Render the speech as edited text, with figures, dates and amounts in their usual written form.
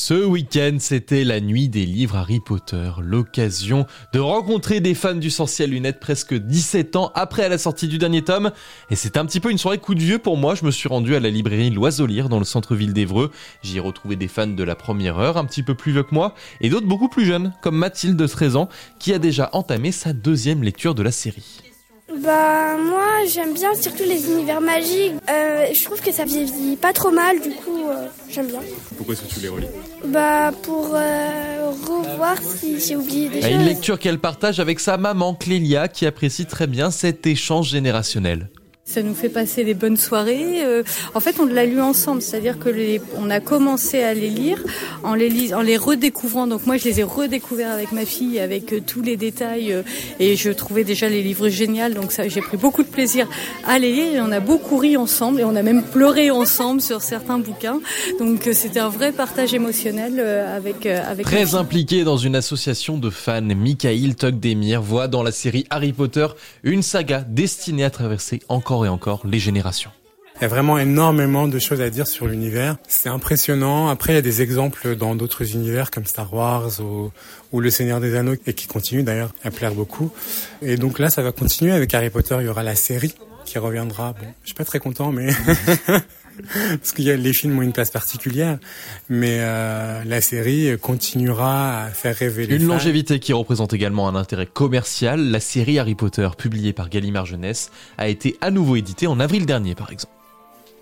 Ce week-end, c'était la nuit des livres Harry Potter, l'occasion de rencontrer des fans du sorcier à lunettes presque 17 ans après la sortie du dernier tome. Et c'était un petit peu une soirée coup de vieux pour moi. Je me suis rendu à la librairie L'Oiseau Lire dans le centre-ville d'Évreux. J'y ai retrouvé des fans de la première heure, un petit peu plus vieux que moi, et d'autres beaucoup plus jeunes, comme Mathilde de 13 ans, qui a déjà entamé sa deuxième lecture de la série. Moi j'aime bien surtout les univers magiques. Je trouve que ça vieillit pas trop mal, du coup j'aime bien. Pourquoi est-ce que tu les relis ? Pour revoir si j'ai oublié des choses. Une lecture qu'elle partage avec sa maman Clélia, qui apprécie très bien cet échange générationnel. Ça nous fait passer des bonnes soirées. En fait, on l'a lu ensemble, c'est-à-dire que on a commencé à les lire en les redécouvrant. Donc moi, je les ai redécouverts avec ma fille, avec tous les détails, et je trouvais déjà les livres géniaux. Donc ça, j'ai pris beaucoup de plaisir à les lire. Et on a beaucoup ri ensemble, et on a même pleuré ensemble sur certains bouquins. Donc c'était un vrai partage émotionnel avec. Très impliqué dans une association de fans, Michael Togdemir voit dans la série Harry Potter une saga destinée à traverser encore et encore les générations. Il y a vraiment énormément de choses à dire sur l'univers. C'est impressionnant. Après, il y a des exemples dans d'autres univers comme Star Wars ou Le Seigneur des Anneaux, et qui continuent d'ailleurs à plaire beaucoup. Et donc là, ça va continuer avec Harry Potter. Il y aura la série qui reviendra. Bon, je suis pas très content, mais parce que les films ont une place particulière, mais la série continuera à faire rêver les fans. Une longévité qui représente également un intérêt commercial. La série Harry Potter, publiée par Gallimard Jeunesse, a été à nouveau éditée en avril dernier, par exemple.